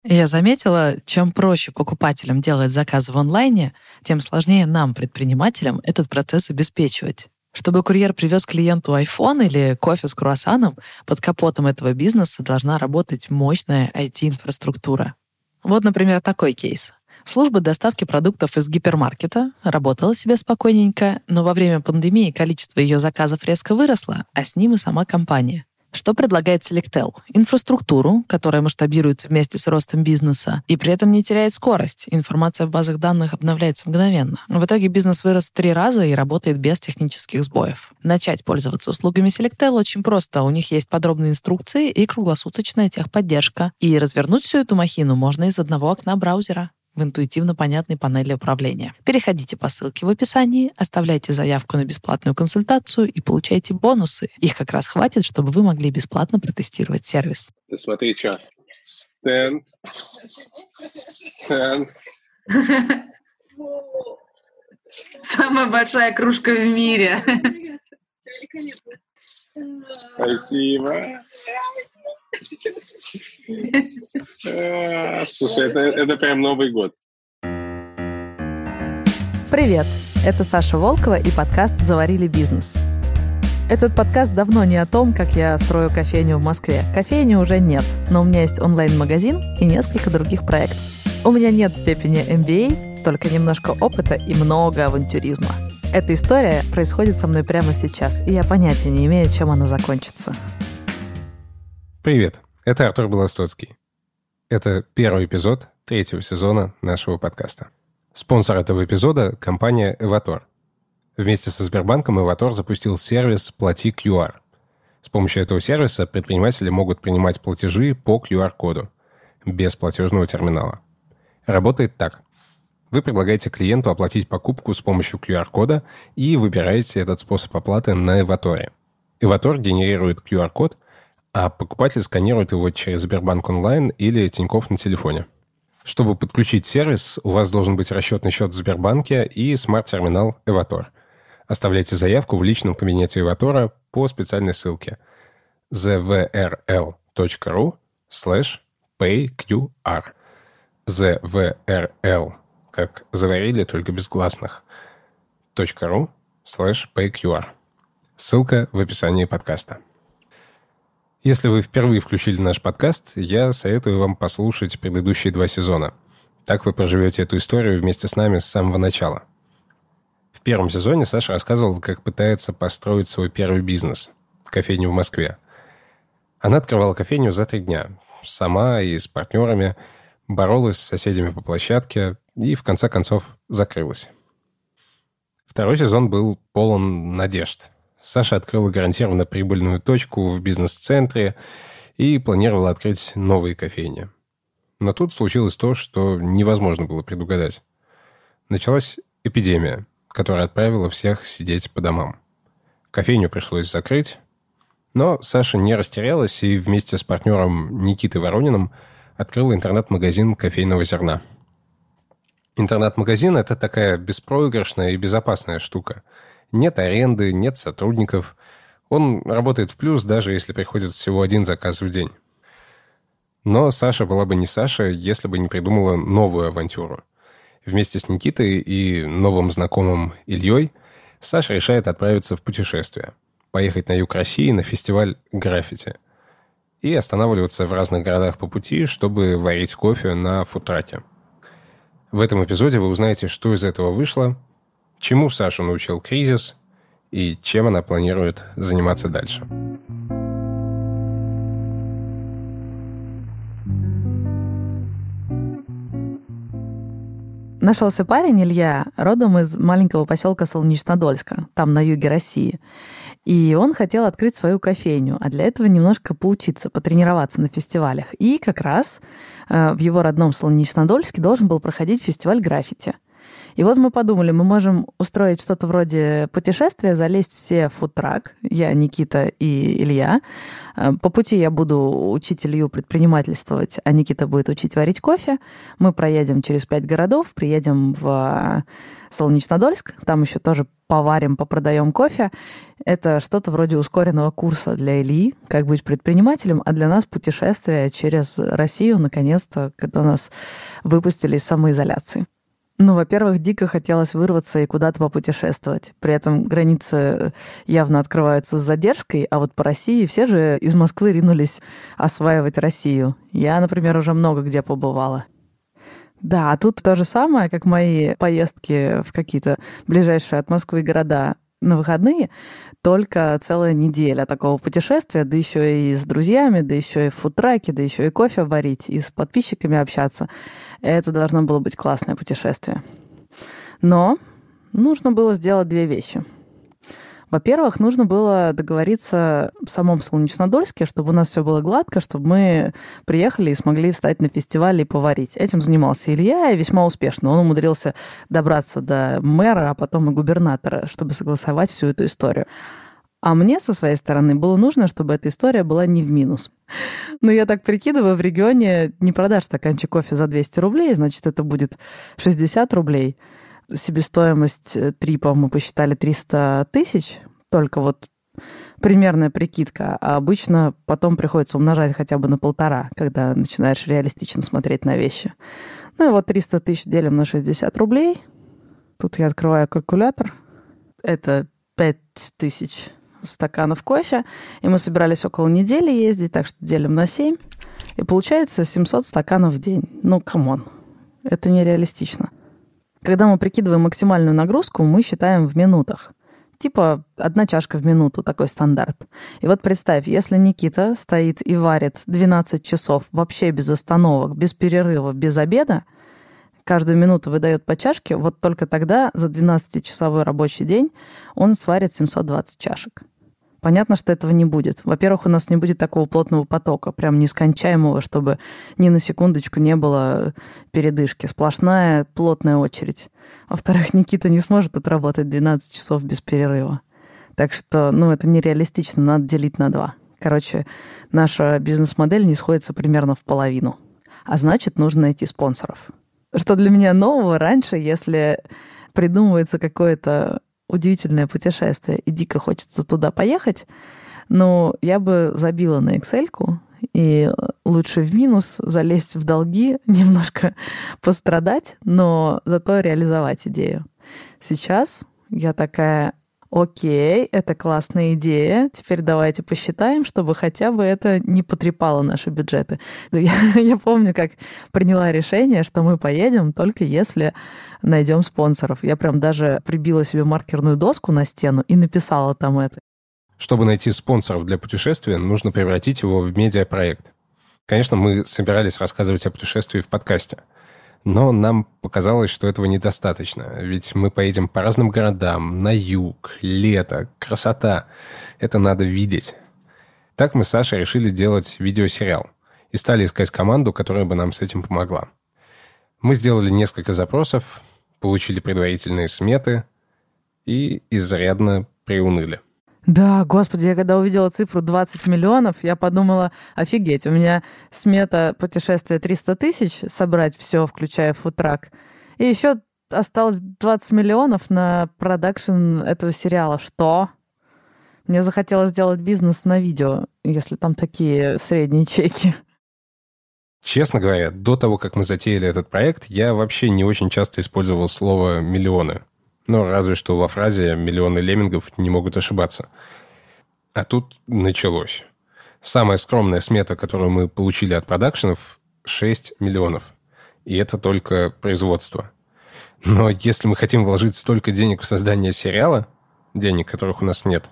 Я заметила, чем проще покупателям делать заказы в онлайне, тем сложнее нам, предпринимателям, этот процесс обеспечивать. Чтобы курьер привез клиенту iPhone или кофе с круассаном, под капотом этого бизнеса должна работать мощная IT-инфраструктура. Вот, например, такой кейс. Служба доставки продуктов из гипермаркета работала себе спокойненько, но во время пандемии количество ее заказов резко выросло, а с ним и сама компания. Что предлагает Selectel? Инфраструктуру, которая масштабируется вместе с ростом бизнеса и при этом не теряет скорость. Информация в базах данных обновляется мгновенно. В итоге бизнес вырос в 3 раза и работает без технических сбоев. Начать пользоваться услугами Selectel очень просто. У них есть подробные инструкции и круглосуточная техподдержка. И развернуть всю эту махину можно из одного окна браузера в интуитивно понятной панели управления. Переходите по ссылке в описании, оставляйте заявку на бесплатную консультацию и получайте бонусы. Их как раз хватит, чтобы вы могли бесплатно протестировать сервис. Ты смотри, что. Стенд. Самая большая кружка в мире. Спасибо. Слушай, это прям Новый год. Привет! Это Саша Волкова и подкаст «Заварили бизнес». Этот подкаст давно не о том, как я строю кофейню в Москве. Кофейни уже нет, но у меня есть онлайн-магазин и несколько других проектов. У меня нет степени MBA, только немножко опыта и много авантюризма. Эта история происходит со мной прямо сейчас, и я понятия не имею, чем она закончится. Привет, это Артур Белостоцкий. Это первый эпизод 3-го сезона нашего подкаста. Спонсор этого эпизода — компания Evator. Вместе со Сбербанком Evator запустил сервис «Плати QR». С помощью этого сервиса предприниматели могут принимать платежи по QR-коду, без платежного терминала. Работает так. Вы предлагаете клиенту оплатить покупку с помощью QR-кода и выбираете этот способ оплаты на Evator. Evator генерирует QR-код, а покупатель сканирует его через Сбербанк онлайн или Тинькофф на телефоне. Чтобы подключить сервис, у вас должен быть расчетный счет в Сбербанке и смарт-терминал Evator. Оставляйте заявку в личном кабинете Evator по специальной ссылке zvrl.ru/payqr. zvrl, как заварили, только без гласных, .ru/payqr. Ссылка в описании подкаста. Если вы впервые включили наш подкаст, я советую вам послушать предыдущие 2 сезона. Так вы проживете эту историю вместе с нами с самого начала. В первом сезоне Саша рассказывала, как пытается построить свой первый бизнес – кофейню в Москве. Она открывала кофейню за 3 дня. Сама и с партнерами, боролась с соседями по площадке и, в конце концов, закрылась. Второй сезон был полон надежд. Саша открыла гарантированно прибыльную точку в бизнес-центре и планировала открыть новые кофейни. Но тут случилось то, что невозможно было предугадать. Началась эпидемия, которая отправила всех сидеть по домам. Кофейню пришлось закрыть, но Саша не растерялась и вместе с партнером Никитой Ворониным открыла интернет-магазин кофейного зерна. Интернет-магазин – это такая беспроигрышная и безопасная штука. Нет аренды, нет сотрудников. Он работает в плюс, даже если приходит всего 1 заказ в день. Но Саша была бы не Саша, если бы не придумала новую авантюру. Вместе с Никитой и новым знакомым Ильей Саша решает отправиться в путешествие. Поехать на юг России на фестиваль граффити. И останавливаться в разных городах по пути, чтобы варить кофе на фудтраке. В этом эпизоде вы узнаете, что из этого вышло, чему Сашу научил кризис и чем она планирует заниматься дальше. Нашелся парень, Илья, родом из маленького поселка Солнечнодольска, там на юге России. И он хотел открыть свою кофейню, а для этого немножко поучиться, потренироваться на фестивалях. И как раз в его родном Солнечнодольске должен был проходить фестиваль граффити. И вот мы подумали, мы можем устроить что-то вроде путешествия, залезть все в фудтрак, я, Никита и Илья. По пути я буду учить Илью предпринимательствовать, а Никита будет учить варить кофе. Мы проедем через 5 городов, приедем в Солнечнодольск, там еще тоже поварим, попродаем кофе. Это что-то вроде ускоренного курса для Ильи, как быть предпринимателем, а для нас путешествие через Россию, наконец-то, когда нас выпустили из самоизоляции. Ну, во-первых, дико хотелось вырваться и куда-то попутешествовать. При этом границы явно открываются с задержкой, а вот по России все же из Москвы ринулись осваивать Россию. Я, например, уже много где побывала. Да, а тут то же самое, как мои поездки в какие-то ближайшие от Москвы города на выходные, только целая неделя такого путешествия, да еще и с друзьями, да еще и в фудтраке, да еще и кофе варить, и с подписчиками общаться. Это должно было быть классное путешествие. Но нужно было сделать две вещи. Во-первых, нужно было договориться в самом Солнечнодольске, чтобы у нас все было гладко, чтобы мы приехали и смогли встать на фестивале и поварить. Этим занимался Илья, и весьма успешно. Он умудрился добраться до мэра, а потом и губернатора, чтобы согласовать всю эту историю. А мне, со своей стороны, было нужно, чтобы эта история была не в минус. Но я так прикидываю, в регионе не продашь стаканчик кофе за 200 рублей, значит, это будет 60 рублей. Себестоимость трипа мы посчитали 300 тысяч, только вот примерная прикидка. А обычно потом приходится умножать хотя бы на 1,5, когда начинаешь реалистично смотреть на вещи. Ну и вот 300 тысяч делим на 60 рублей. Тут я открываю калькулятор. Это 5000 стаканов кофе. И мы собирались около недели ездить, так что делим на 7. И получается 700 стаканов в день. Ну, камон. Это нереалистично. Когда мы прикидываем максимальную нагрузку, мы считаем в минутах. Типа 1 чашка в минуту, такой стандарт. И вот представь, если Никита стоит и варит 12 часов вообще без остановок, без перерыва, без обеда, каждую минуту выдает по чашке, вот только тогда за 12-часовой рабочий день он сварит 720 чашек. Понятно, что этого не будет. Во-первых, у нас не будет такого плотного потока, прям нескончаемого, чтобы ни на секундочку не было передышки. Сплошная плотная очередь. Во-вторых, Никита не сможет отработать 12 часов без перерыва. Так что, это нереалистично, надо делить на 2. Короче, наша бизнес-модель не сходится примерно в половину. А значит, нужно найти спонсоров. Что для меня нового раньше, если придумывается какое-то удивительное путешествие, и дико хочется туда поехать, но я бы забила на Excel-ку, и лучше в минус залезть в долги, немножко пострадать, но зато реализовать идею. Сейчас я такая: окей, это классная идея, теперь давайте посчитаем, чтобы хотя бы это не потрепало наши бюджеты. Я помню, как приняла решение, что мы поедем только если найдем спонсоров. Я прям даже прибила себе маркерную доску на стену и написала там это. Чтобы найти спонсоров для путешествия, нужно превратить его в медиапроект. Конечно, мы собирались рассказывать о путешествии в подкасте, но нам показалось, что этого недостаточно, ведь мы поедем по разным городам, на юг, лето, красота. Это надо видеть. Так мы с Сашей решили делать видеосериал и стали искать команду, которая бы нам с этим помогла. Мы сделали несколько запросов, получили предварительные сметы и изрядно приуныли. Да, господи, я когда увидела цифру 20 миллионов, я подумала: офигеть, у меня смета путешествия 300 тысяч, собрать все, включая фудтрак, и еще осталось 20 миллионов на продакшн этого сериала. Что? Мне захотелось сделать бизнес на видео, если там такие средние чеки. Честно говоря, до того, как мы затеяли этот проект, я вообще не очень часто использовал слово «миллионы». Ну, разве что во фразе «миллионы леммингов не могут ошибаться». А тут началось. Самая скромная смета, которую мы получили от продакшенов, 6 миллионов. И это только производство. Но если мы хотим вложить столько денег в создание сериала, денег, которых у нас нет,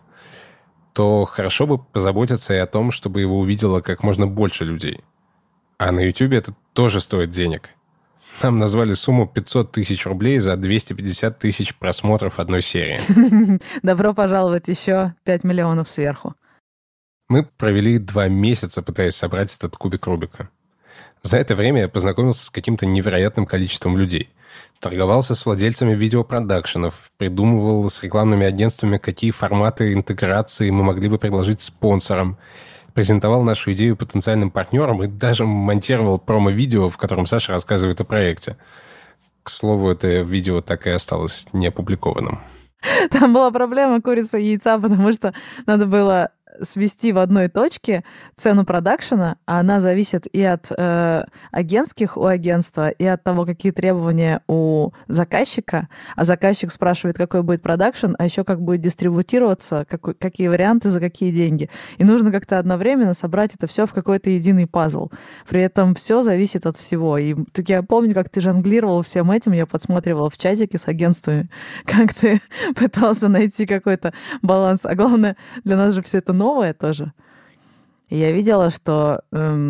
то хорошо бы позаботиться и о том, чтобы его увидело как можно больше людей. А на YouTube это тоже стоит денег. Нам назвали сумму 500 тысяч рублей за 250 тысяч просмотров одной серии. Добро пожаловать, еще 5 миллионов сверху. Мы провели 2 месяца, пытаясь собрать этот кубик Рубика. За это время я познакомился с каким-то невероятным количеством людей. Торговался с владельцами видеопродакшенов, придумывал с рекламными агентствами, какие форматы интеграции мы могли бы предложить спонсорам, презентовал нашу идею потенциальным партнерам и даже монтировал промо-видео, в котором Саша рассказывает о проекте. К слову, это видео так и осталось неопубликованным. Там была проблема курицы и яйца, потому что надо было свести в одной точке цену продакшена, а она зависит и от агентских у агентства, и от того, какие требования у заказчика. А заказчик спрашивает, какой будет продакшн, а еще как будет дистрибутироваться, какие варианты, за какие деньги. И нужно как-то одновременно собрать это все в какой-то единый пазл. При этом все зависит от всего. И так я помню, как ты жонглировал всем этим, я подсматривала в чатике с агентствами, как ты пытался найти какой-то баланс. А главное, для нас же все это новое тоже. И я видела, что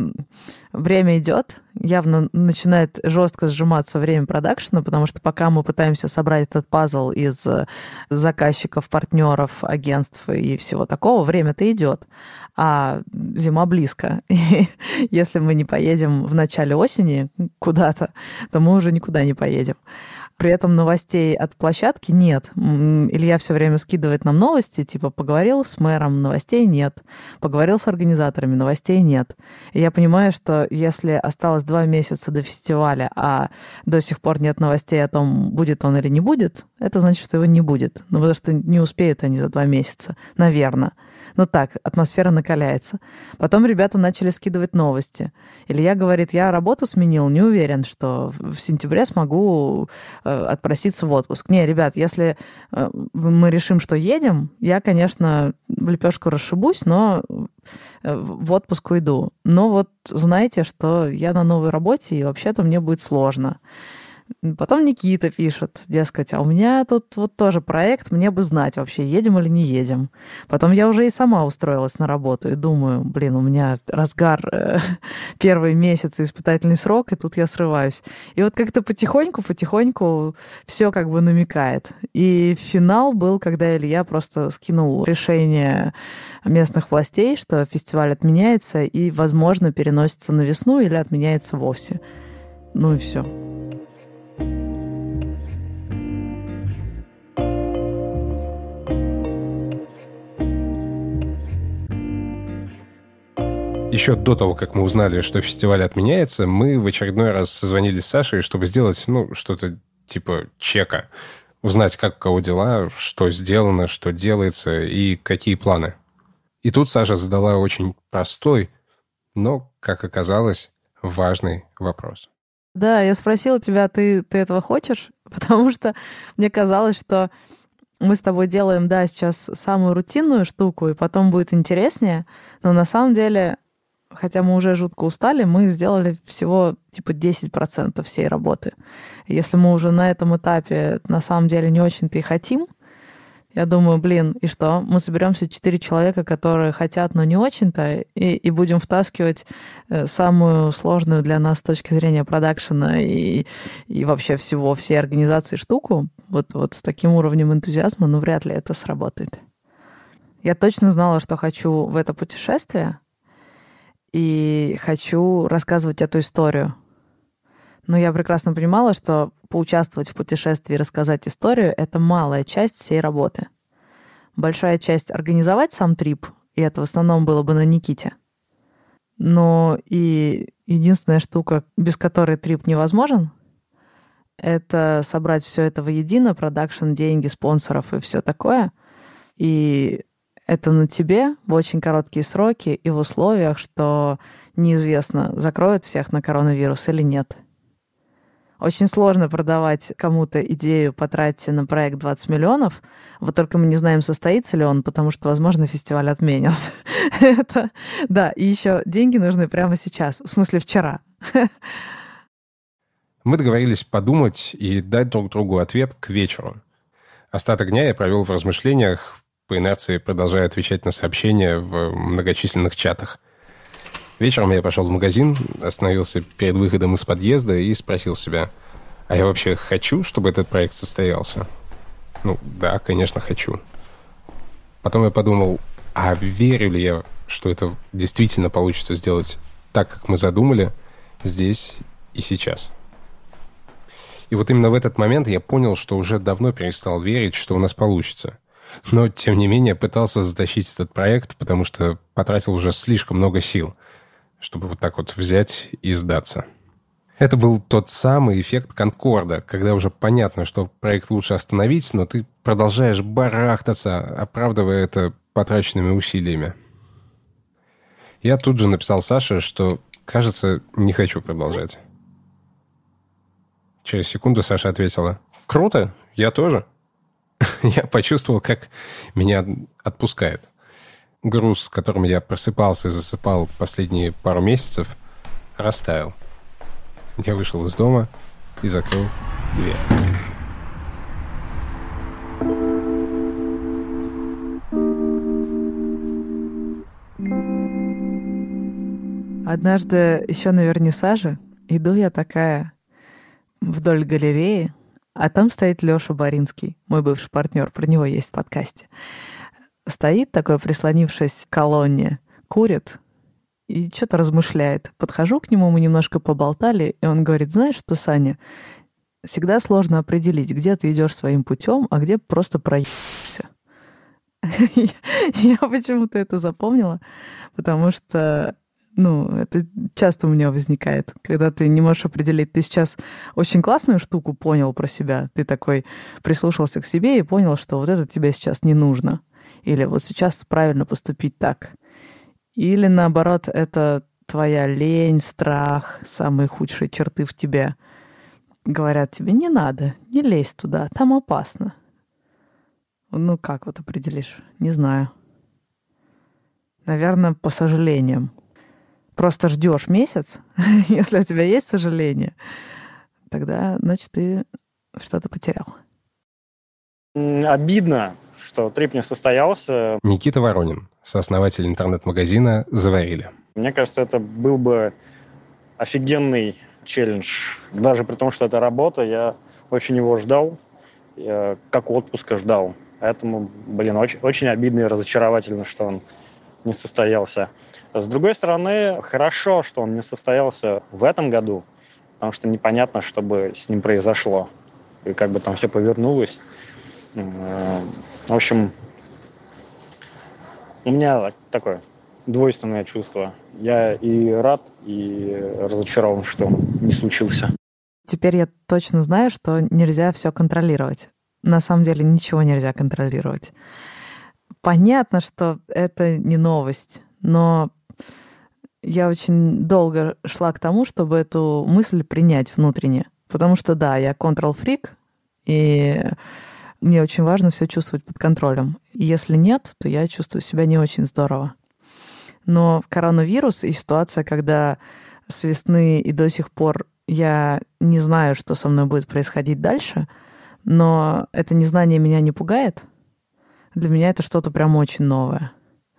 время идет, явно начинает жестко сжиматься время продакшена, потому что пока мы пытаемся собрать этот пазл из заказчиков, партнеров, агентств и всего такого, время-то идет, а зима близко. И если мы не поедем в начале осени куда-то, то мы уже никуда не поедем. При этом новостей от площадки нет. Илья все время скидывает нам новости, типа поговорил с мэром, новостей нет. Поговорил с организаторами, новостей нет. И я понимаю, что если осталось 2 месяца до фестиваля, а до сих пор нет новостей о том, будет он или не будет, это значит, что его не будет. Ну, потому что не успеют они за 2 месяца, наверное. Ну так, атмосфера накаляется. Потом ребята начали скидывать новости. Илья говорит, я работу сменил, не уверен, что в сентябре смогу отпроситься в отпуск. Не, ребят, если мы решим, что едем, я, конечно, в лепешку расшибусь, но в отпуск уйду. Но вот знаете, что я на новой работе, и вообще-то мне будет сложно. Потом Никита пишет, дескать, а у меня тут вот тоже проект, мне бы знать вообще, едем или не едем. Потом я уже и сама устроилась на работу и думаю, блин, у меня разгар первый месяц, испытательный срок, и тут я срываюсь. И вот как-то потихоньку все как бы намекает. И финал был, когда Илья просто скинул решение местных властей, что фестиваль отменяется и, возможно, переносится на весну или отменяется вовсе. Ну и все. Еще до того, как мы узнали, что фестиваль отменяется, мы в очередной раз созвонились с Сашей, чтобы сделать, что-то типа чека. Узнать, как у кого дела, что сделано, что делается и какие планы. И тут Саша задала очень простой, но, как оказалось, важный вопрос. Да, я спросила тебя, ты этого хочешь? Потому что мне казалось, что мы с тобой делаем, да, сейчас самую рутинную штуку, и потом будет интереснее, но на самом деле, хотя мы уже жутко устали, мы сделали всего типа 10% всей работы. Если мы уже на этом этапе на самом деле не очень-то и хотим, я думаю, блин, и что? Мы соберемся 4 человека, которые хотят, но не очень-то, и будем втаскивать самую сложную для нас с точки зрения продакшена и вообще всей организации штуку. Вот с таким уровнем энтузиазма, вряд ли это сработает. Я точно знала, что хочу в это путешествие, и хочу рассказывать эту историю. Но я прекрасно понимала, что поучаствовать в путешествии и рассказать историю — это малая часть всей работы. Большая часть — организовать сам трип, и это в основном было бы на Никите. Но и единственная штука, без которой трип невозможен, это собрать все это воедино, продакшн, деньги, спонсоров и все такое. И это на тебе в очень короткие сроки и в условиях, что неизвестно, закроют всех на коронавирус или нет. Очень сложно продавать кому-то идею «потратьте на проект 20 миллионов», вот только мы не знаем, состоится ли он, потому что, возможно, фестиваль отменят. Это, да, и еще деньги нужны прямо сейчас, в смысле вчера. Мы договорились подумать и дать друг другу ответ к вечеру. Остаток дня я провел в размышлениях, по инерции продолжая отвечать на сообщения в многочисленных чатах. Вечером я пошел в магазин, остановился перед выходом из подъезда и спросил себя, а я вообще хочу, чтобы этот проект состоялся? Да, конечно, хочу. Потом я подумал, а верю ли я, что это действительно получится сделать так, как мы задумали, здесь и сейчас? И вот именно в этот момент я понял, что уже давно перестал верить, что у нас получится. Но, тем не менее, пытался затащить этот проект, потому что потратил уже слишком много сил, чтобы вот так вот взять и сдаться. Это был тот самый эффект Конкорда, когда уже понятно, что проект лучше остановить, но ты продолжаешь барахтаться, оправдывая это потраченными усилиями. Я тут же написал Саше, что, кажется, не хочу продолжать. Через секунду Саша ответила: «Круто, я тоже». Я почувствовал, как меня отпускает. Груз, с которым я просыпался и засыпал последние пару месяцев, растаял. Я вышел из дома и закрыл дверь. Однажды еще на вернисаже иду я такая вдоль галереи, а там стоит Леша Боринский, мой бывший партнер, про него есть в подкасте. Стоит такой, прислонившись к колонне, курит и что-то размышляет. Подхожу к нему, мы немножко поболтали, и он говорит: знаешь что, Саня, всегда сложно определить, где ты идешь своим путем, а где просто проебаешься. Я почему-то это запомнила, потому что это часто у меня возникает, когда ты не можешь определить. Ты сейчас очень классную штуку понял про себя. Ты такой прислушался к себе и понял, что вот это тебе сейчас не нужно. Или вот сейчас правильно поступить так. Или наоборот, это твоя лень, страх, самые худшие черты в тебе. Говорят тебе: не надо, не лезь туда, там опасно. Как вот определишь? Не знаю. Наверное, по сожалениям. Просто ждешь месяц, если у тебя есть сожаление, тогда, значит, ты что-то потерял. Обидно, что трип не состоялся. Никита Воронин, сооснователь интернет-магазина «Заварили». Мне кажется, это был бы офигенный челлендж. Даже при том, что это работа, я очень его ждал, я как отпуска ждал. Поэтому, очень обидно и разочаровательно, что он не состоялся. С другой стороны, хорошо, что он не состоялся в этом году, потому что непонятно, что бы с ним произошло. И как бы там все повернулось. В общем, у меня такое двойственное чувство. Я и рад, и разочарован, что он не случился. Теперь я точно знаю, что нельзя все контролировать. На самом деле ничего нельзя контролировать. Понятно, что это не новость, но я очень долго шла к тому, чтобы эту мысль принять внутренне. Потому что, да, я контрол-фрик, и мне очень важно все чувствовать под контролем. И если нет, то я чувствую себя не очень здорово. Но коронавирус и ситуация, когда с весны и до сих пор я не знаю, что со мной будет происходить дальше, но это незнание меня не пугает. Для меня это что-то прям очень новое.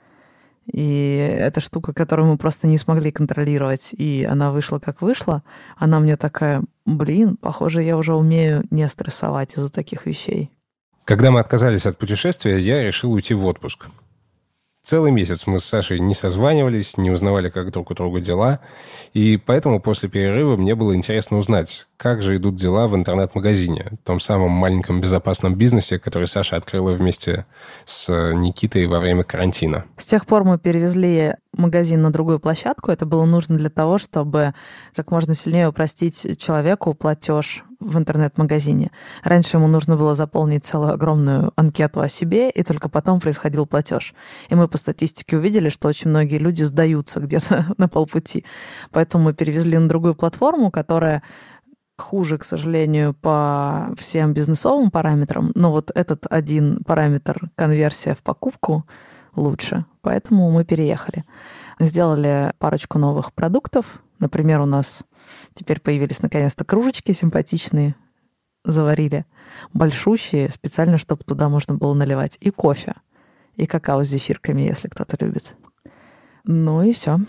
И эта штука, которую мы просто не смогли контролировать, и она вышла как вышла, она мне такая: похоже, я уже умею не стрессовать из-за таких вещей. Когда мы отказались от путешествия, я решил уйти в отпуск. Целый месяц мы с Сашей не созванивались, не узнавали, как друг у друга дела, и поэтому после перерыва мне было интересно узнать, как же идут дела в интернет-магазине, том самом маленьком безопасном бизнесе, который Саша открыла вместе с Никитой во время карантина. С тех пор мы перевезли магазин на другую площадку. Это было нужно для того, чтобы как можно сильнее упростить человеку платеж в интернет-магазине. Раньше ему нужно было заполнить целую огромную анкету о себе, и только потом происходил платеж. И мы по статистике увидели, что очень многие люди сдаются где-то на полпути. Поэтому мы перевезли на другую платформу, которая хуже, к сожалению, по всем бизнесовым параметрам, но вот этот один параметр, конверсия в покупку, лучше. Поэтому мы переехали. Сделали парочку новых продуктов. Например, у нас теперь появились наконец-то кружечки симпатичные. Заварили. Большущие, специально, чтобы туда можно было наливать. И кофе. И какао с зефирками, если кто-то любит. Ну и все.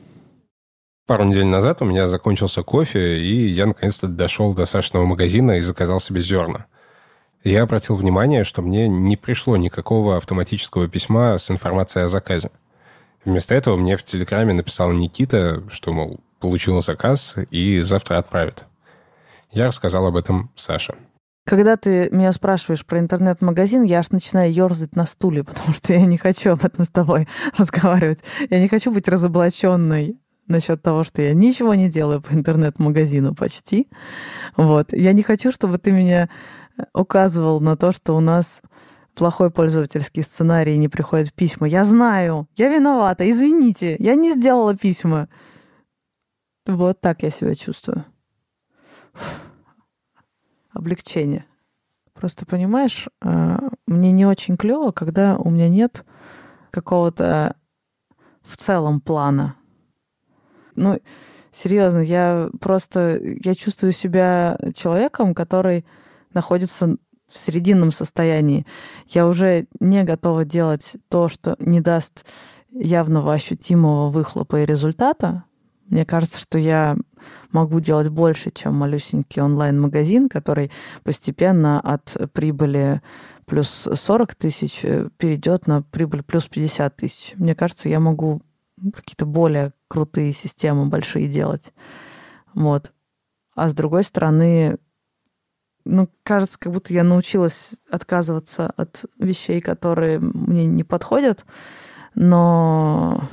Пару недель назад у меня закончился кофе, и я наконец-то дошел до Сашиного магазина и заказал себе зерна. Я обратил внимание, что мне не пришло никакого автоматического письма с информацией о заказе. Вместо этого мне в Телеграме написал Никита, что, мол, получил заказ и завтра отправит. Я рассказал об этом Саше. Когда ты меня спрашиваешь про интернет-магазин, я аж начинаю ерзать на стуле, потому что я не хочу об этом с тобой разговаривать. Я не хочу быть разоблаченной насчет того, что я ничего не делаю по интернет-магазину почти. Вот. Я не хочу, чтобы ты меня указывал на то, что у нас плохой пользовательский сценарий и не приходят письма. Я знаю, я виновата, извините, я не сделала письма. Вот так я себя чувствую. Облегчение. Просто, понимаешь, мне не очень клево, когда у меня нет какого-то в целом плана. Ну, серьезно, я чувствую себя человеком, который находится в срединном состоянии. Я уже не готова делать то, что не даст явного ощутимого выхлопа и результата. Мне кажется, что я могу делать больше, чем малюсенький онлайн-магазин, который постепенно от прибыли плюс 40 тысяч перейдет на прибыль плюс 50 тысяч. Мне кажется, я могу какие-то более крутые системы большие делать. Вот. А с другой стороны, кажется, как будто я научилась отказываться от вещей, которые мне не подходят, но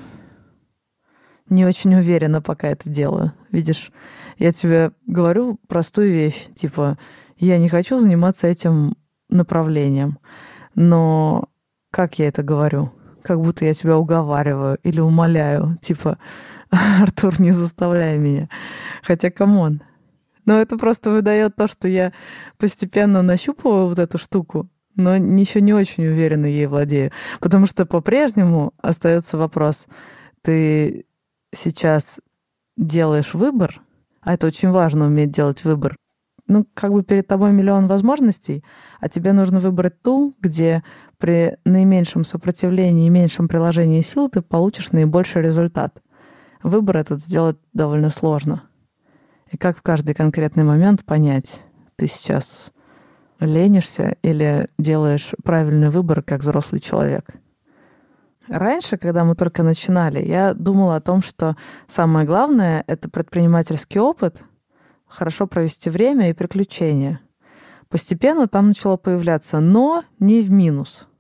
не очень уверена, пока это делаю. Видишь, я тебе говорю простую вещь, типа, я не хочу заниматься этим направлением, но как я это говорю? Как будто я тебя уговариваю или умоляю, типа, Артур, не заставляй меня. Хотя, камон. Но это просто выдает то, что я постепенно нащупываю вот эту штуку, но еще не очень уверенно ей владею. Потому что по-прежнему остается вопрос, ты сейчас делаешь выбор, а это очень важно, уметь делать выбор. Перед тобой миллион возможностей, а тебе нужно выбрать ту, где при наименьшем сопротивлении и меньшем приложении сил ты получишь наибольший результат. Выбор этот сделать довольно сложно. И как в каждый конкретный момент понять, ты сейчас ленишься или делаешь правильный выбор как взрослый человек. Раньше, когда мы только начинали, я думала о том, что самое главное — это предпринимательский опыт, хорошо провести время и приключения. Постепенно там начало появляться «но» не в минус.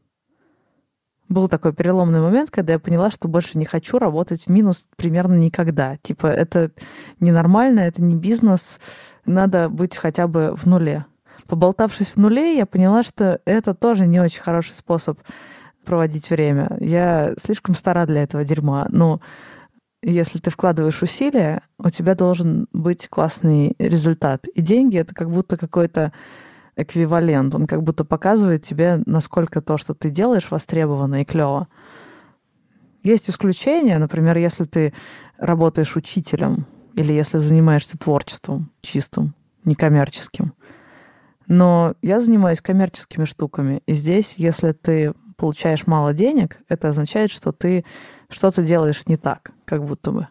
Был такой переломный момент, когда я поняла, что больше не хочу работать в минус примерно никогда. Типа, это ненормально, это не бизнес, надо быть хотя бы в нуле. Поболтавшись в нуле, я поняла, что это тоже не очень хороший способ проводить время. Я слишком стара для этого дерьма. Но если ты вкладываешь усилия, у тебя должен быть классный результат. И деньги — это как будто какой-то эквивалент. Он как будто показывает тебе, насколько то, что ты делаешь, востребовано и клево. Есть исключения. Например, если ты работаешь учителем или если занимаешься творчеством чистым, некоммерческим. Но я занимаюсь коммерческими штуками. И здесь, если ты получаешь мало денег, это означает, что ты что-то делаешь не так, как будто бы.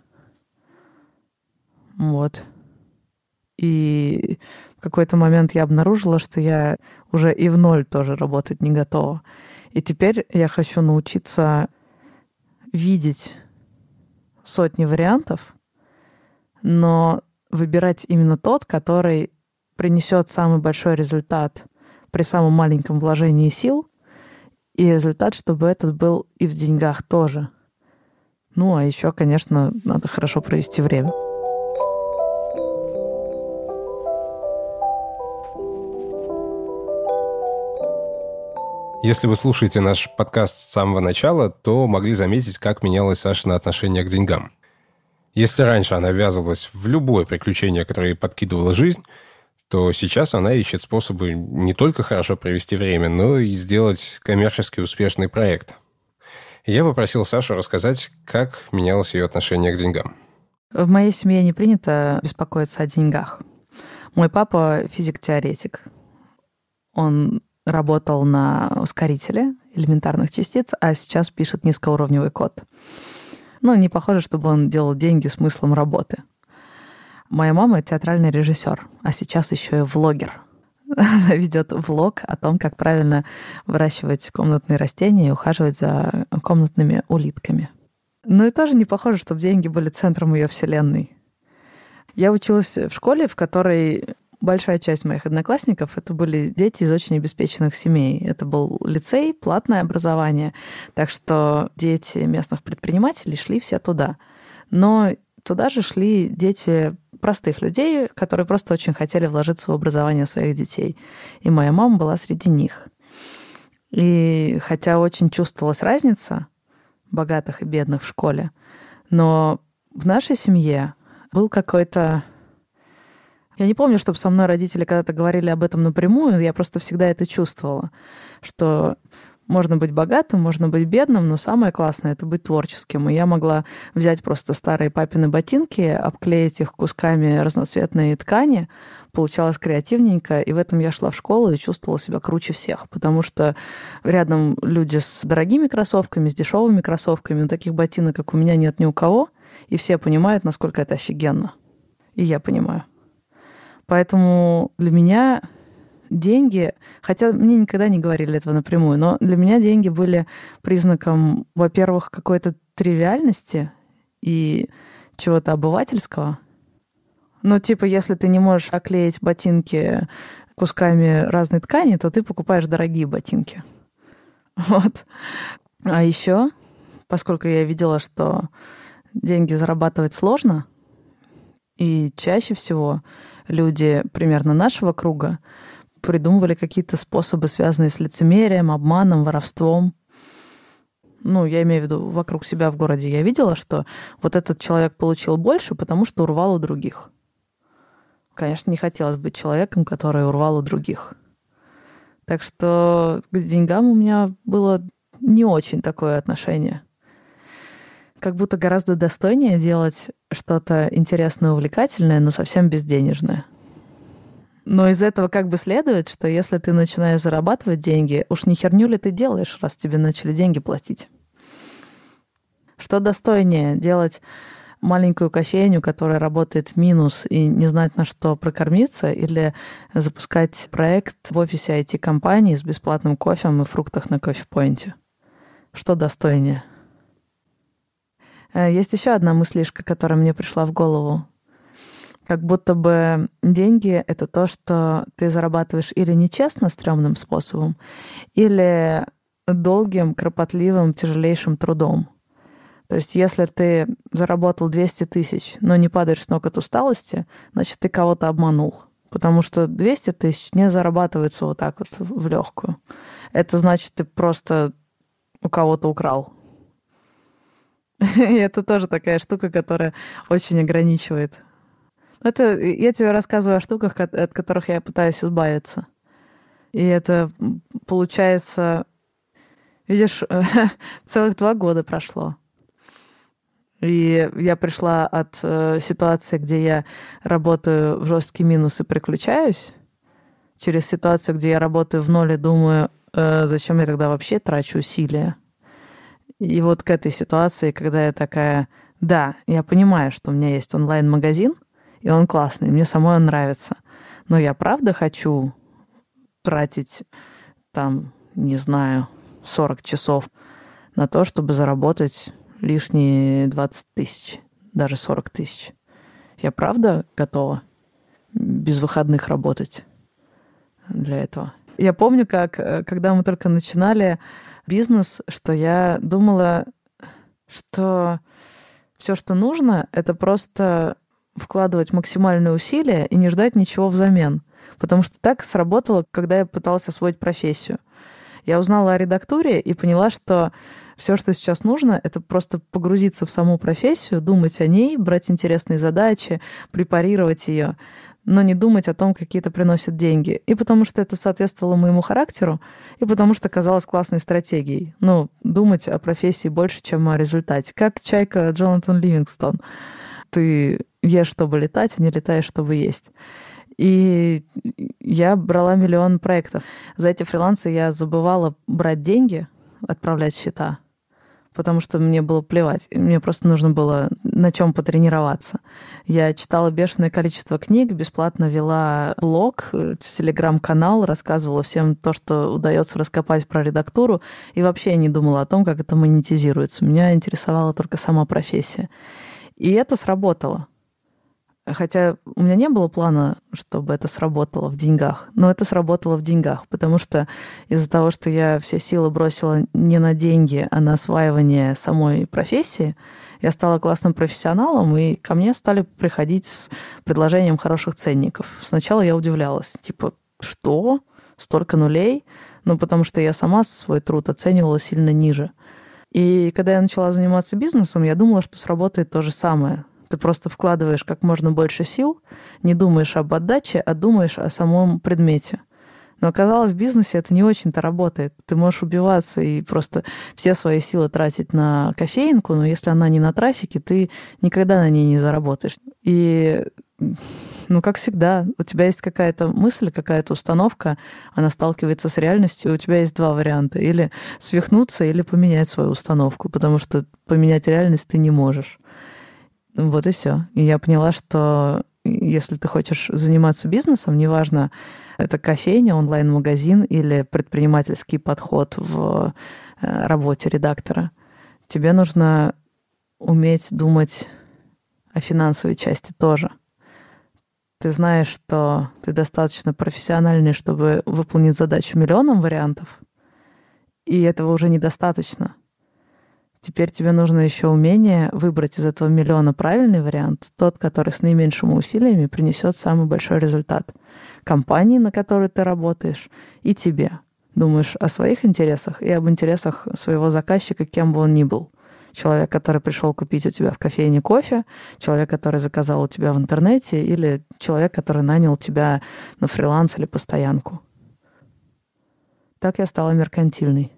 Вот. И в какой-то момент я обнаружила, что я уже и в ноль тоже работать не готова. И теперь я хочу научиться видеть сотни вариантов, но выбирать именно тот, который принесет самый большой результат при самом маленьком вложении сил, и результат, чтобы этот был и в деньгах тоже. А еще, конечно, надо хорошо провести время. Если вы слушаете наш подкаст с самого начала, то могли заметить, как менялось Сашино отношение к деньгам. Если раньше она ввязывалась в любое приключение, которое ей подкидывала жизнь, то сейчас она ищет способы не только хорошо провести время, но и сделать коммерчески успешный проект. Я попросил Сашу рассказать, как менялось ее отношение к деньгам. В моей семье не принято беспокоиться о деньгах. Мой папа физик-теоретик. Он работал на ускорителе элементарных частиц, а сейчас пишет низкоуровневый код. Не похоже, чтобы он делал деньги смыслом работы. Моя мама — театральный режиссер, а сейчас еще и влогер. Она ведет влог о том, как правильно выращивать комнатные растения и ухаживать за комнатными улитками. И тоже не похоже, чтобы деньги были центром ее вселенной. Я училась в школе, в которой большая часть моих одноклассников — это были дети из очень обеспеченных семей. Это был лицей, платное образование. Так что дети местных предпринимателей шли все туда. Но туда же шли дети простых людей, которые просто очень хотели вложиться в образование своих детей. И моя мама была среди них. И хотя очень чувствовалась разница богатых и бедных в школе, но в нашей семье был какой-то... Я не помню, чтобы со мной родители когда-то говорили об этом напрямую, я просто всегда это чувствовала, что можно быть богатым, можно быть бедным, но самое классное — это быть творческим. И я могла взять просто старые папины ботинки, обклеить их кусками разноцветной ткани, получалось креативненько, и в этом я шла в школу и чувствовала себя круче всех, потому что рядом люди с дорогими кроссовками, с дешевыми кроссовками, но таких ботинок, как у меня, нет ни у кого, и все понимают, насколько это офигенно. И я понимаю. Поэтому для меня деньги, хотя мне никогда не говорили этого напрямую, но для меня деньги были признаком, во-первых, какой-то тривиальности и чего-то обывательского. Ну, типа, если ты не можешь оклеить ботинки кусками разной ткани, то ты покупаешь дорогие ботинки. Вот. А еще, поскольку я видела, что деньги зарабатывать сложно, и чаще всего люди примерно нашего круга придумывали какие-то способы, связанные с лицемерием, обманом, воровством. Ну, я имею в виду, вокруг себя в городе я видела, что вот этот человек получил больше, потому что урвал у других. Конечно, не хотелось быть человеком, который урвал у других. Так что к деньгам у меня было не очень такое отношение. Как будто гораздо достойнее делать что-то интересное, увлекательное, но совсем безденежное. Но из этого как бы следует, что если ты начинаешь зарабатывать деньги, уж не херню ли ты делаешь, раз тебе начали деньги платить? Что достойнее, делать маленькую кофейню, которая работает в минус, и не знать, на что прокормиться, или запускать проект в офисе IT-компании с бесплатным кофе и фруктах на кофе-поинте? Что достойнее? Есть еще одна мыслишка, которая мне пришла в голову. Как будто бы деньги — это то, что ты зарабатываешь или нечестно, стрёмным способом, или долгим, кропотливым, тяжелейшим трудом. То есть если ты заработал 200 тысяч, но не падаешь с ног от усталости, значит, ты кого-то обманул. Потому что 200 тысяч не зарабатываются вот так вот в легкую. Это значит, ты просто у кого-то украл. И это тоже такая штука, которая очень ограничивает. Это я тебе рассказываю о штуках, от которых я пытаюсь избавиться. И это получается... Видишь, целых 2 года прошло. И я пришла от ситуации, где я работаю в жесткий минус и приключаюсь, через ситуацию, где я работаю в ноль и думаю, зачем я тогда вообще трачу усилия. И вот к этой ситуации, когда я такая, да, я понимаю, что у меня есть онлайн-магазин, и он классный, мне самой он нравится. Но я правда хочу тратить, там, не знаю, 40 часов на то, чтобы заработать лишние 20 тысяч, даже 40 тысяч. Я правда готова без выходных работать для этого? Я помню, когда мы только начинали бизнес, что я думала, что все, что нужно, это просто вкладывать максимальные усилия и не ждать ничего взамен. Потому что так сработало, когда я пыталась освоить профессию. Я узнала о редактуре и поняла, что все, что сейчас нужно, это просто погрузиться в саму профессию, думать о ней, брать интересные задачи, препарировать ее, но не думать о том, какие это приносят деньги. И потому что это соответствовало моему характеру, и потому что казалось классной стратегией. Ну, думать о профессии больше, чем о результате. Как чайка Джонатан Ливингстон. Ты ешь, чтобы летать, а не летаешь, чтобы есть. И я брала миллион проектов. За эти фрилансы я забывала брать деньги, отправлять счета, потому что мне было плевать. Мне просто нужно было на чем потренироваться. Я читала бешеное количество книг, бесплатно вела блог, телеграм-канал, рассказывала всем то, что удается раскопать про редактуру, и вообще я не думала о том, как это монетизируется. Меня интересовала только сама профессия. И это сработало. Хотя у меня не было плана, чтобы это сработало в деньгах, но это сработало в деньгах, потому что из-за того, что я все силы бросила не на деньги, а на осваивание самой профессии, я стала классным профессионалом, и ко мне стали приходить с предложением хороших ценников. Сначала я удивлялась, типа, что? Столько нулей? Ну, потому что я сама свой труд оценивала сильно ниже. И когда я начала заниматься бизнесом, я думала, что сработает то же самое. Ты просто вкладываешь как можно больше сил, не думаешь об отдаче, а думаешь о самом предмете. Но оказалось, в бизнесе это не очень-то работает. Ты можешь убиваться и просто все свои силы тратить на кофейнку, но если она не на трафике, ты никогда на ней не заработаешь. И, как всегда, у тебя есть какая-то мысль, какая-то установка, она сталкивается с реальностью, у тебя есть два варианта. Или свихнуться, или поменять свою установку, потому что поменять реальность ты не можешь. Вот и все. И я поняла, что если ты хочешь заниматься бизнесом, неважно, это кофейня, онлайн-магазин или предпринимательский подход в работе редактора, тебе нужно уметь думать о финансовой части тоже. Ты знаешь, что ты достаточно профессиональный, чтобы выполнить задачу миллионом вариантов, и этого уже недостаточно. Теперь тебе нужно еще умение выбрать из этого миллиона правильный вариант, тот, который с наименьшими усилиями принесет самый большой результат. Компании, на которой ты работаешь, и тебе. Думаешь о своих интересах и об интересах своего заказчика, кем бы он ни был. Человек, который пришел купить у тебя в кофейне кофе, человек, который заказал у тебя в интернете, или человек, который нанял тебя на фриланс или постоянку. Так я стала меркантильной.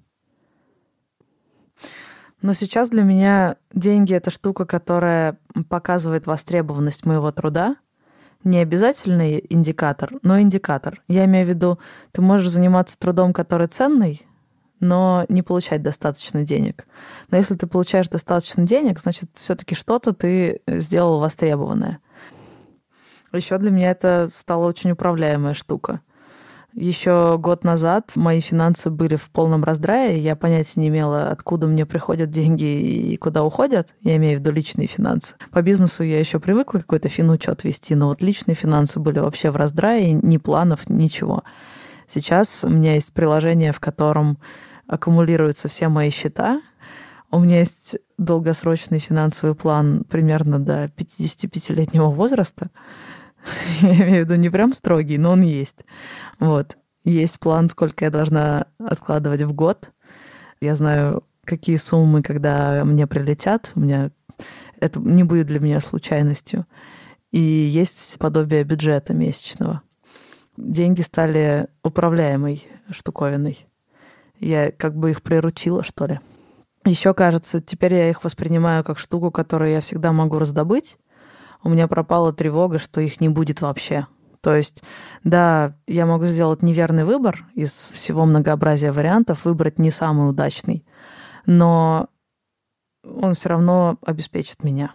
Но сейчас для меня деньги — это штука, которая показывает востребованность моего труда. Не обязательный индикатор, но индикатор. Я имею в виду, ты можешь заниматься трудом, который ценный, но не получать достаточно денег. Но если ты получаешь достаточно денег, значит, все-таки что-то ты сделал востребованное. Еще для меня это стала очень управляемая штука. Еще год назад мои финансы были в полном раздрае, я понятия не имела, откуда мне приходят деньги и куда уходят. Я имею в виду личные финансы. По бизнесу я еще привыкла какой-то финучет вести, но вот личные финансы были вообще в раздрае, ни планов, ничего. Сейчас у меня есть приложение, в котором аккумулируются все мои счета. У меня есть долгосрочный финансовый план примерно до 55-летнего возраста. Я имею в виду не прям строгий, но он есть. Вот. Есть план, сколько я должна откладывать в год. Я знаю, какие суммы, когда мне прилетят. Это не будет для меня случайностью. И есть подобие бюджета месячного. Деньги стали управляемой штуковиной. Я как бы их приручила, что ли. Еще, кажется, теперь я их воспринимаю как штуку, которую я всегда могу раздобыть. У меня пропала тревога, что их не будет вообще. То есть, да, я могу сделать неверный выбор из всего многообразия вариантов, выбрать не самый удачный, но он все равно обеспечит меня.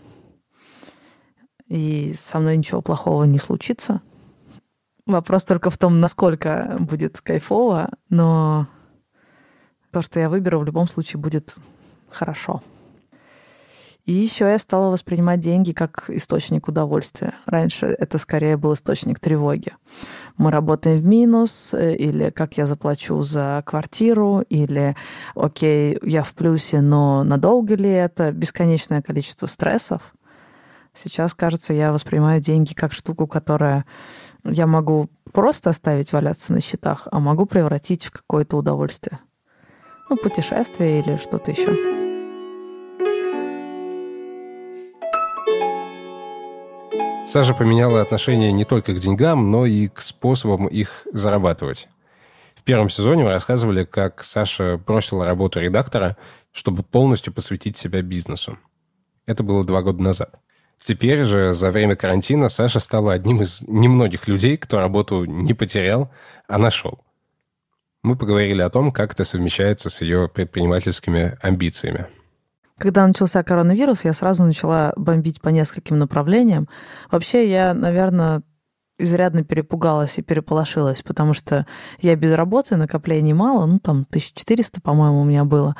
И со мной ничего плохого не случится. Вопрос только в том, насколько будет кайфово, но то, что я выберу, в любом случае будет хорошо. И еще я стала воспринимать деньги как источник удовольствия. Раньше это скорее был источник тревоги. Мы работаем в минус, или как я заплачу за квартиру, или окей, я в плюсе, но надолго ли это? Бесконечное количество стрессов. Сейчас, кажется, я воспринимаю деньги как штуку, которая я могу просто оставить валяться на счетах, а могу превратить в какое-то удовольствие. Путешествие или что-то еще. Саша поменяла отношение не только к деньгам, но и к способам их зарабатывать. В первом сезоне мы рассказывали, как Саша бросила работу редактора, чтобы полностью посвятить себя бизнесу. Это было 2 года назад. Теперь же, за время карантина, Саша стала одним из немногих людей, кто работу не потерял, а нашел. Мы поговорили о том, как это совмещается с ее предпринимательскими амбициями. Когда начался коронавирус, я сразу начала бомбить по нескольким направлениям. Вообще, я, наверное, изрядно перепугалась и переполошилась, потому что я без работы, накоплений мало, 1400, по-моему, у меня было.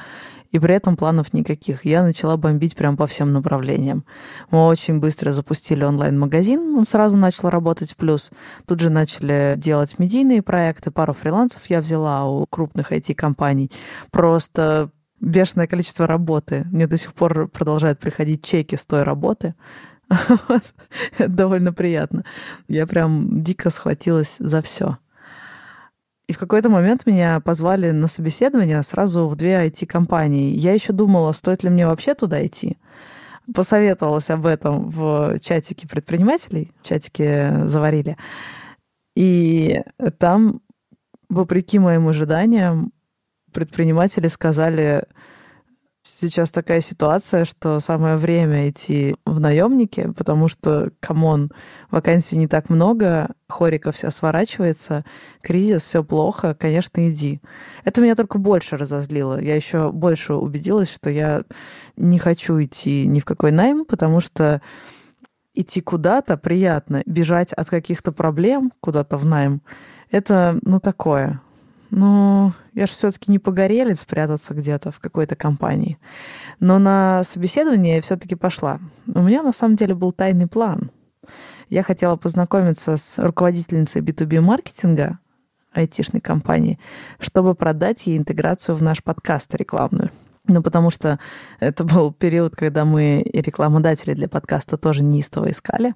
И при этом планов никаких. Я начала бомбить прям по всем направлениям. Мы очень быстро запустили онлайн-магазин, он сразу начал работать в плюс. Тут же начали делать медийные проекты, пару фрилансов я взяла у крупных IT-компаний. Просто бешеное количество работы. Мне до сих пор продолжают приходить чеки с той работы. Это довольно приятно. Я прям дико схватилась за все. И в какой-то момент меня позвали на собеседование сразу в 2 IT-компании. Я еще думала, стоит ли мне вообще туда идти. Посоветовалась об этом в чатике предпринимателей, в чатике «Заварили». И там, вопреки моим ожиданиям, предприниматели сказали: сейчас такая ситуация, что самое время идти в наемники, потому что, камон, вакансий не так много, хорика вся сворачивается, кризис, все плохо, конечно, иди. Это меня только больше разозлило. Я еще больше убедилась, что я не хочу идти ни в какой найм, потому что идти куда-то приятно, бежать от каких-то проблем куда-то в найм, это, такое. Ну, я же все-таки не погорелец прятаться где-то в какой-то компании. Но на собеседование я все-таки пошла. У меня на самом деле был тайный план. Я хотела познакомиться с руководительницей B2B-маркетинга айтишной компании, чтобы продать ей интеграцию в наш подкаст рекламную. Потому что это был период, когда мы и рекламодатели для подкаста тоже неистово искали.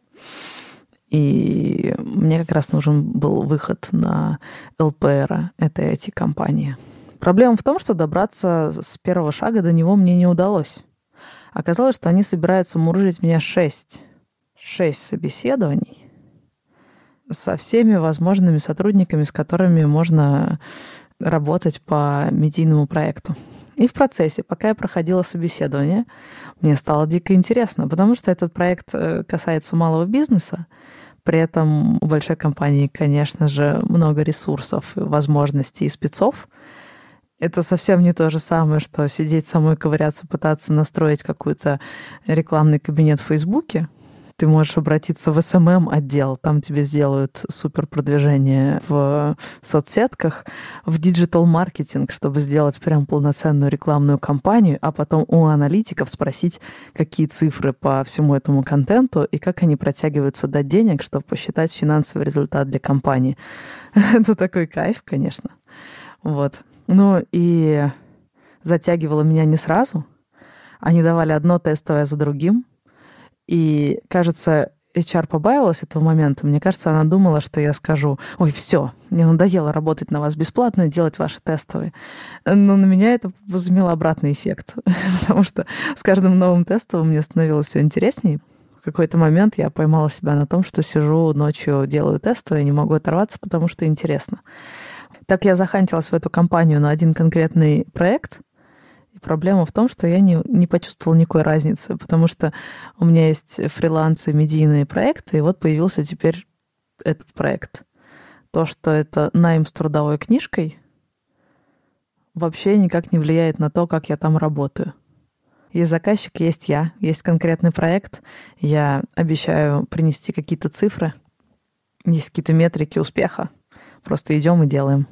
И мне как раз нужен был выход на ЛПР этой IT-компании. Проблема в том, что добраться с первого шага до него мне не удалось. Оказалось, что они собираются мурыжить меня 6 собеседований со всеми возможными сотрудниками, с которыми можно работать по медийному проекту. И в процессе, пока я проходила собеседование, мне стало дико интересно, потому что этот проект касается малого бизнеса. При этом у большой компании, конечно же, много ресурсов, возможностей и спецов. Это совсем не то же самое, что сидеть самой, ковыряться, пытаться настроить какой-то рекламный кабинет в Фейсбуке. Ты можешь обратиться в SMM-отдел, там тебе сделают суперпродвижение в соцсетках, в диджитал-маркетинг, чтобы сделать прям полноценную рекламную кампанию, а потом у аналитиков спросить, какие цифры по всему этому контенту и как они протягиваются до денег, чтобы посчитать финансовый результат для компании. Это такой кайф, конечно. Вот. И затягивало меня не сразу. Они давали одно тестовое за другим. И, кажется, HR побаивалась этого момента. Мне кажется, она думала, что я скажу: ой, все, мне надоело работать на вас бесплатно, делать ваши тестовые. Но на меня это возымело обратный эффект, потому что с каждым новым тестовым мне становилось все интереснее. В какой-то момент я поймала себя на том, что сижу ночью, делаю тестовые, не могу оторваться, потому что интересно. Так я захантилась в эту компанию на один конкретный проект. И проблема в том, что я не почувствовала никакой разницы, потому что у меня есть фрилансы, медийные проекты, и вот появился теперь этот проект. То, что это найм с трудовой книжкой, вообще никак не влияет на то, как я там работаю. Есть заказчик, есть я, есть конкретный проект. Я обещаю принести какие-то цифры, есть какие-то метрики успеха. Просто идем и делаем.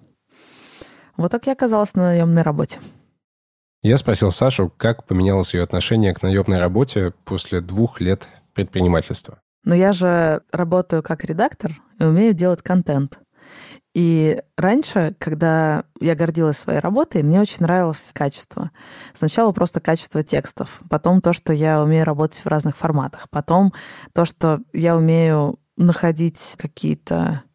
Вот так я оказалась на наемной работе. Я спросил Сашу, как поменялось ее отношение к наемной работе после 2 лет предпринимательства. Но я же работаю как редактор и умею делать контент. И раньше, когда я гордилась своей работой, мне очень нравилось качество. Сначала просто качество текстов, потом то, что я умею работать в разных форматах, потом то, что я умею находить какие-то...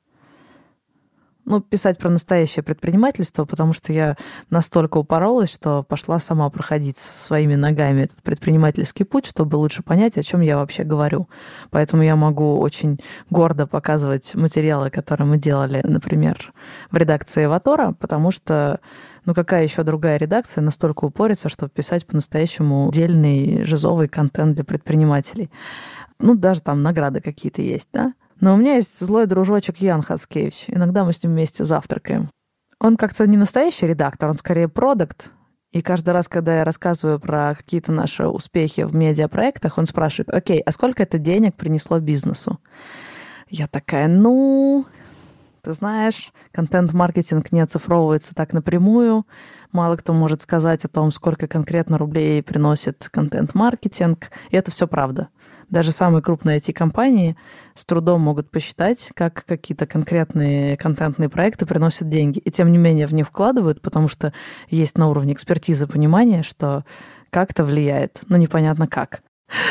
писать про настоящее предпринимательство, потому что я настолько упоролась, что пошла сама проходить своими ногами этот предпринимательский путь, чтобы лучше понять, о чем я вообще говорю. Поэтому я могу очень гордо показывать материалы, которые мы делали, например, в редакции Эватора, потому что, какая еще другая редакция настолько упорится, чтобы писать по-настоящему дельный, жизовый контент для предпринимателей. Даже там награды какие-то есть, да? Но у меня есть злой дружочек Ян Хацкевич. Иногда мы с ним вместе завтракаем. Он как-то не настоящий редактор, он скорее продакт. И каждый раз, когда я рассказываю про какие-то наши успехи в медиапроектах, он спрашивает: окей, а сколько это денег принесло бизнесу? Я такая, то Ты знаешь, контент-маркетинг не оцифровывается так напрямую. Мало кто может сказать о том, сколько конкретно рублей приносит контент-маркетинг. И это все правда. Даже самые крупные IT-компании с трудом могут посчитать, как какие-то конкретные контентные проекты приносят деньги. И тем не менее в них вкладывают, потому что есть на уровне экспертизы понимание, что как-то влияет, но непонятно как.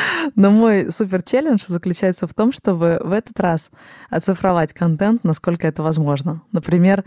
Но мой супер-челлендж заключается в том, чтобы в этот раз оцифровать контент, насколько это возможно. Например,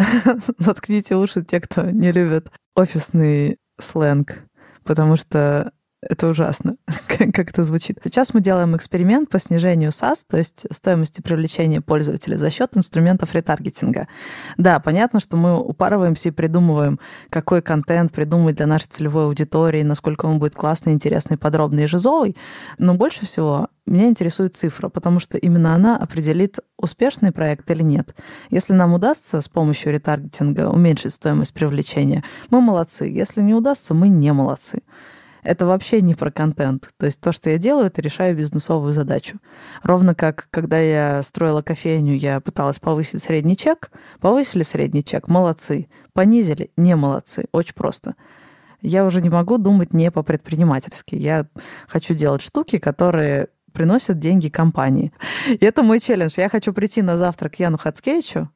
заткните уши те, кто не любит офисный сленг, потому что это ужасно, как это звучит. Сейчас мы делаем эксперимент по снижению SaaS, то есть стоимости привлечения пользователя за счет инструментов ретаргетинга. Да, понятно, что мы упарываемся и придумываем, какой контент придумать для нашей целевой аудитории, насколько он будет классный, интересный, подробный и жизовый, но больше всего меня интересует цифра, потому что именно она определит, успешный проект или нет. Если нам удастся с помощью ретаргетинга уменьшить стоимость привлечения, мы молодцы. Если не удастся, мы не молодцы. Это вообще не про контент. То есть то, что я делаю, это решаю бизнесовую задачу. Ровно как, когда я строила кофейню, я пыталась повысить средний чек. Повысили средний чек — молодцы. Понизили — не молодцы. Очень просто. Я уже не могу думать не по-предпринимательски. Я хочу делать штуки, которые приносят деньги компании. И это мой челлендж. Я хочу прийти на завтра к Яну Хацкевичу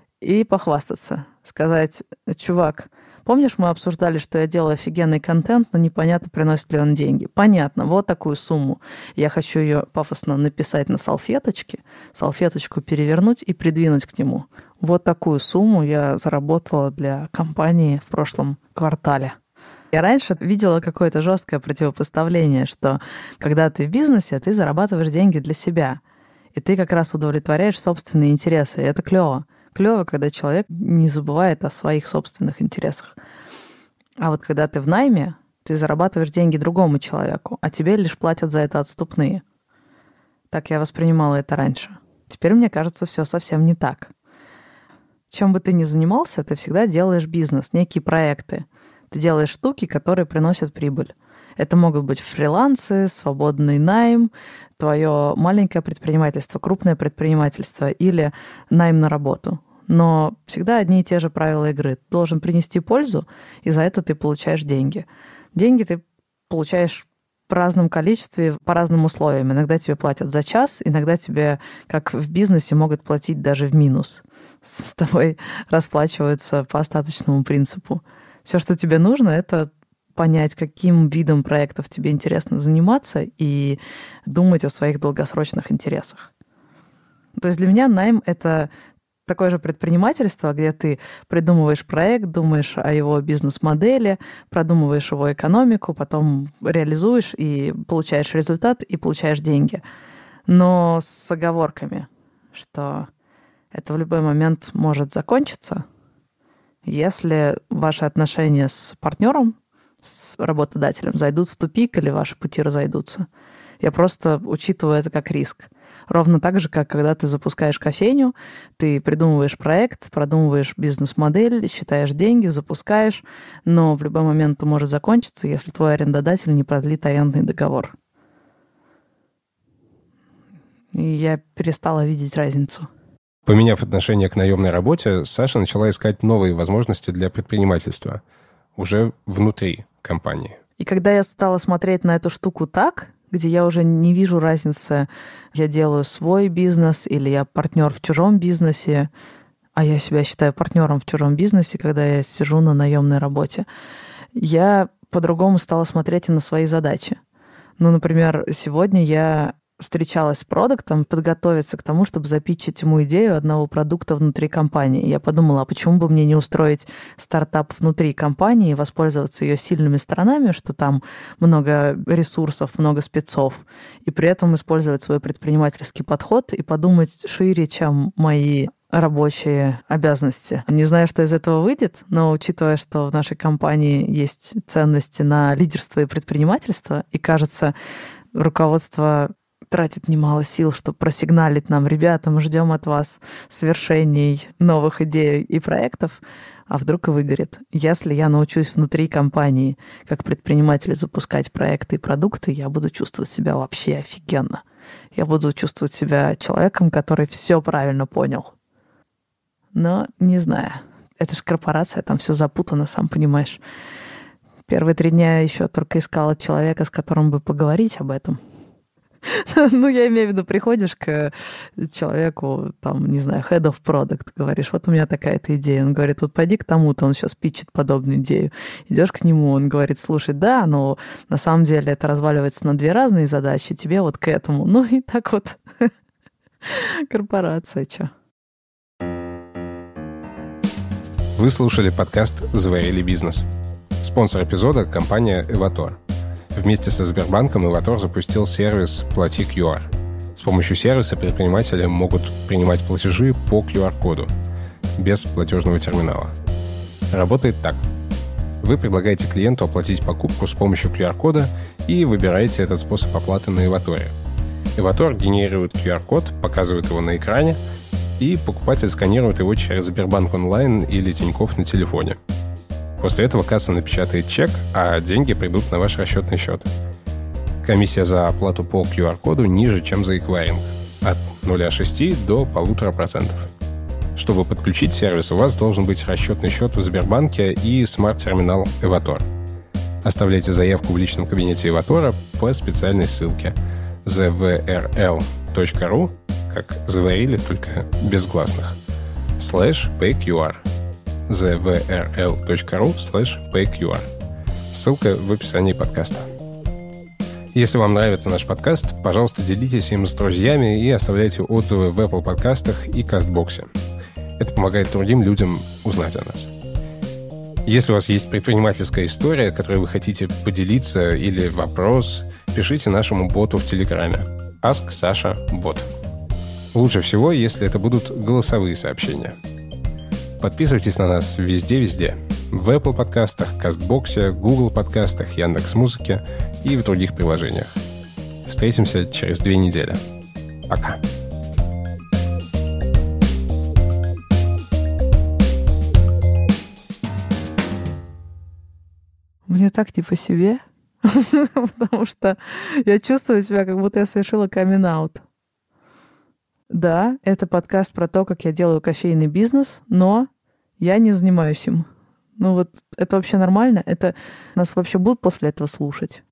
и похвастаться. Сказать: чувак, помнишь, мы обсуждали, что я делаю офигенный контент, но непонятно, приносит ли он деньги? Понятно, вот такую сумму. Я хочу ее пафосно написать на салфеточке, салфеточку перевернуть и придвинуть к нему. Вот такую сумму я заработала для компании в прошлом квартале. Я раньше видела какое-то жесткое противопоставление, что когда ты в бизнесе, ты зарабатываешь деньги для себя, и ты как раз удовлетворяешь собственные интересы, и это клево. Клево, когда человек не забывает о своих собственных интересах. А вот когда ты в найме, ты зарабатываешь деньги другому человеку, а тебе лишь платят за это отступные. Так я воспринимала это раньше. Теперь, мне кажется, все совсем не так. Чем бы ты ни занимался, ты всегда делаешь бизнес, некие проекты. Ты делаешь штуки, которые приносят прибыль. Это могут быть фрилансы, свободный найм, твое маленькое предпринимательство, крупное предпринимательство или найм на работу. Но всегда одни и те же правила игры. Ты должен принести пользу, и за это ты получаешь деньги. Деньги ты получаешь в разном количестве, по разным условиям. Иногда тебе платят за час, иногда тебе, как в бизнесе, могут платить даже в минус. С тобой расплачиваются по остаточному принципу. Все, что тебе нужно, это понять, каким видом проектов тебе интересно заниматься и думать о своих долгосрочных интересах. То есть для меня найм — это такое же предпринимательство, где ты придумываешь проект, думаешь о его бизнес-модели, продумываешь его экономику, потом реализуешь и получаешь результат, и получаешь деньги. Но с оговорками, что это в любой момент может закончиться, если ваши отношения с партнером, с работодателем зайдут в тупик или ваши пути разойдутся. Я просто учитываю это как риск. Ровно так же, как когда ты запускаешь кофейню, ты придумываешь проект, продумываешь бизнес-модель, считаешь деньги, запускаешь, но в любой момент это может закончиться, если твой арендодатель не продлит арендный договор. И я перестала видеть разницу. Поменяв отношение к наемной работе, Саша начала искать новые возможности для предпринимательства уже внутри компании. И когда я стала смотреть на эту штуку так, где я уже не вижу разницы, я делаю свой бизнес или я партнер в чужом бизнесе, а я себя считаю партнером в чужом бизнесе, когда я сижу на наемной работе, я по-другому стала смотреть и на свои задачи. Ну, например, сегодня я встречалась с продуктом, подготовиться к тому, чтобы запитчить ему идею одного продукта внутри компании. Я подумала, а почему бы мне не устроить стартап внутри компании, воспользоваться ее сильными сторонами, что там много ресурсов, много спецов, и при этом использовать свой предпринимательский подход и подумать шире, чем мои рабочие обязанности. Не знаю, что из этого выйдет, но учитывая, что в нашей компании есть ценности на лидерство и предпринимательство, и, кажется, руководство тратит немало сил, чтобы просигналить нам: ребята, мы ждем от вас свершений новых идей и проектов, а вдруг и выгорит. Если я научусь внутри компании как предприниматель запускать проекты и продукты, я буду чувствовать себя вообще офигенно. Я буду чувствовать себя человеком, который все правильно понял. Но не знаю. Это же корпорация, там все запутано, сам понимаешь. Первые 3 дня еще только искала человека, с которым бы поговорить об этом. Ну, я имею в виду, приходишь к человеку, там, не знаю, head of product, говоришь, вот у меня такая-то идея. Он говорит, вот пойди к тому-то, он сейчас питчит подобную идею. Идешь к нему, он говорит, слушай, да, но на самом деле это разваливается на 2 разные задачи, тебе вот к этому. Ну, и так вот корпорация, чё. Вы слушали подкаст «Заварили бизнес». Спонсор эпизода – компания «Эватор». Вместе со Сбербанком «Эватор» запустил сервис «Плати QR». С помощью сервиса предприниматели могут принимать платежи по QR-коду, без платежного терминала. Работает так. Вы предлагаете клиенту оплатить покупку с помощью QR-кода и выбираете этот способ оплаты на «Эваторе». «Эватор» генерирует QR-код, показывает его на экране, и покупатель сканирует его через Сбербанк онлайн или Тинькофф на телефоне. После этого касса напечатает чек, а деньги придут на ваш расчетный счет. Комиссия за оплату по QR-коду ниже, чем за эквайринг – от 0,6 до 1,5%. Чтобы подключить сервис, у вас должен быть расчетный счет в Сбербанке и смарт-терминал «Эватор». Оставляйте заявку в личном кабинете «Эватора» по специальной ссылке zvrl.ru, как заварили, только без гласных, /payqr. zvrl.ru/payqr. Ссылка в описании подкаста. Если вам нравится наш подкаст, пожалуйста, делитесь им с друзьями и оставляйте отзывы в Apple подкастах и Кастбоксе. Это помогает другим людям узнать о нас. Если у вас есть предпринимательская история, которой вы хотите поделиться, или вопрос, пишите нашему боту в Телеграме. Ask Sasha Bot. Лучше всего, если это будут голосовые сообщения. Подписывайтесь на нас везде-везде. В Apple подкастах, Кастбоксе, Google подкастах, Яндекс.Музыке и в других приложениях. Встретимся через 2 недели. Пока. Мне так не по себе, потому что я чувствую себя, как будто я совершила камин-аут. Да, это подкаст про то, как я делаю кофейный бизнес, но я не занимаюсь им. Ну вот это вообще нормально? Это нас вообще будут после этого слушать?